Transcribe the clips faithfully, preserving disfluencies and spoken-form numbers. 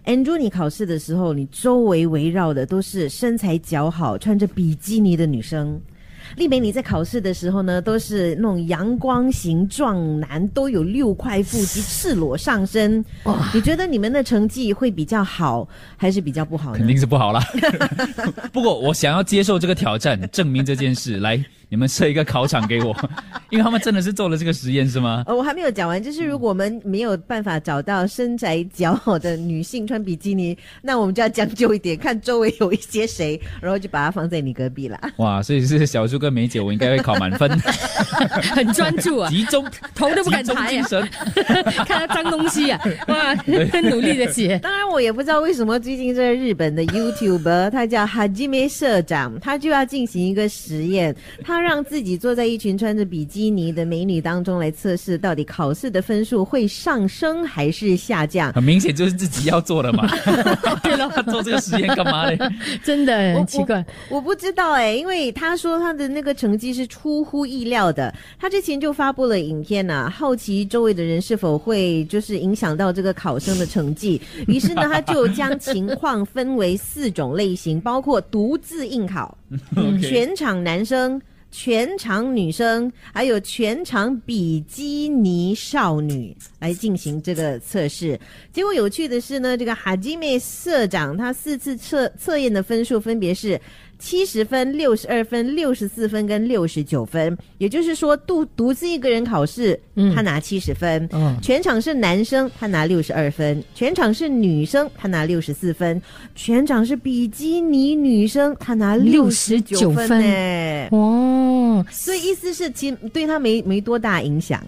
Andrew， 你考试的时候，你周围围绕的都是身材姣好、穿着比基尼的女生。丽梅，你在考试的时候呢，都是那种阳光型壮男，都有六块腹肌，赤裸上身。你觉得你们的成绩会比较好，还是比较不好呢？ 肯定是不好啦。不过我想要接受这个挑战，证明这件事。来，你们设一个考场给我，因为他们真的是做了这个实验，是吗？ 呃，我还没有讲完，就是如果我们没有办法找到身材姣好的女性穿比基尼，那我们就要将就一点，看周围有一些谁，然后就把它放在你隔壁啦。 哇，所以是小猪跟梅姐，我应该会考满分。 很专注啊， 集中头都不敢抬啊，看到脏东西啊，哇，很努力的写。 当然，我也不知道为什么最近这个日本的 YouTuber， 他叫 Hajime 社长，他就要进行一个实验，他让自己坐在一群穿着比基尼的美女当中来测试，到底考试的分数会上升还是下降。 很明显就是自己要做的嘛。对了，他做这个实验干嘛嘞？ 真的很奇怪。 我, 我不知道哎、欸，因为他说他的那个成绩是出乎意料的。他之前就发布了影片啊，好奇周围的人是否会就是影响到这个考生的成绩。于是呢，他就将情况分为四种类型，包括独自应考、全场男生、全场女生，还有全场比基尼少女来进行这个测试。结果有趣的是呢，这个哈基梅社长他四次测测验的分数分别是七十分、六十二分、六十四分跟六十九分，也就是说独独自一个人考试，嗯、他拿七十分、嗯，全场是男生他拿六十二分，全场是女生他拿六十四分，全场是比基尼女生他拿六十九分呢。 哦， 所以意思是其实对他没没多大影响。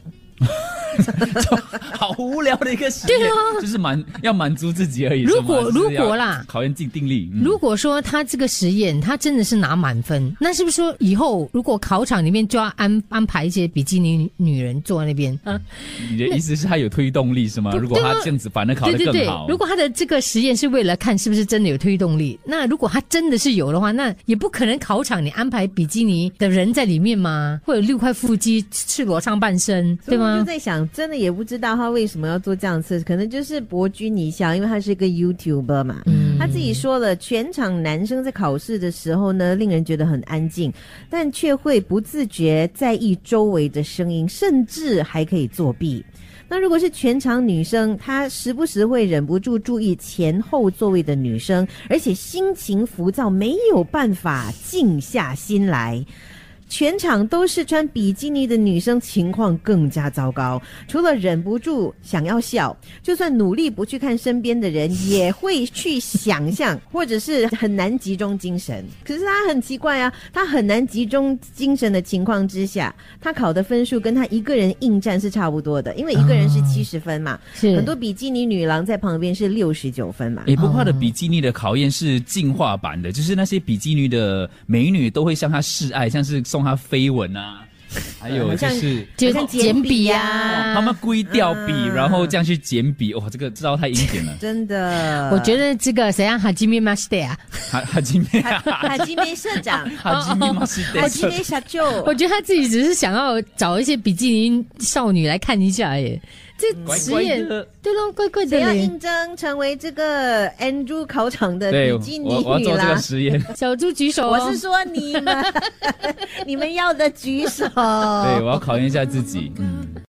好无聊的一个实验，对啊，就是满要满足自己而已。 如果如果啦， 考验自己定力、 嗯。如果说他这个实验他真的是拿满分，那是不是说以后如果考场里面就要安安排一些比基尼女人坐在那边啊？ 你的意思是他有推动力是吗？如果他这样子反而考得更好， 对对对，如果他的这个实验是为了看是不是真的有推动力，那如果他真的是有的话，那也不可能考场你安排比基尼的人在里面嘛，会有六块腹肌赤裸上半身，对吗？ 我就在想，真的也不知道他为什么要做这样的测试，可能就是博君一笑，因为他是一个 YouTuber 嘛。嗯，他自己说了，全场男生在考试的时候呢，令人觉得很安静，但却会不自觉在意周围的声音，甚至还可以作弊。那如果是全场女生，她时不时会忍不住注意前后座位的女生，而且心情浮躁，没有办法静下心来。全场都是穿比基尼的女生，情况更加糟糕。除了忍不住想要笑，就算努力不去看身边的人，也会去想象，或者是很难集中精神。可是他很奇怪啊，他很难集中精神的情况之下，他考的分数跟他一个人应战是差不多的，因为一个人是七十分嘛，哦、很多比基尼女郎在旁边是六十九分嘛。 诶，不过他的比基尼的考验是进化版的，就是那些比基尼的美女都会向他示爱，像是送他飞吻啊，还有就是就像捡笔啊、 哦，他们故意掉笔、嗯，然后这样去捡笔，哇，这个招太阴险了， 真的。 我觉得这个谁啊，哈基米马斯德啊， 哈哈基米， 哈基米社长， 哈基米马斯德， 哈基米社长。 我觉得他自己只是想要找一些比基尼少女来看一下耶。这实验对咯，怪怪的。 谁要应征成为这个 Andrew 考场的比基尼女郎？ 我我要做这个实验。 小猪举手、哦， 我是说你们，你们要的举手。 对，我要考验一下自己。嗯。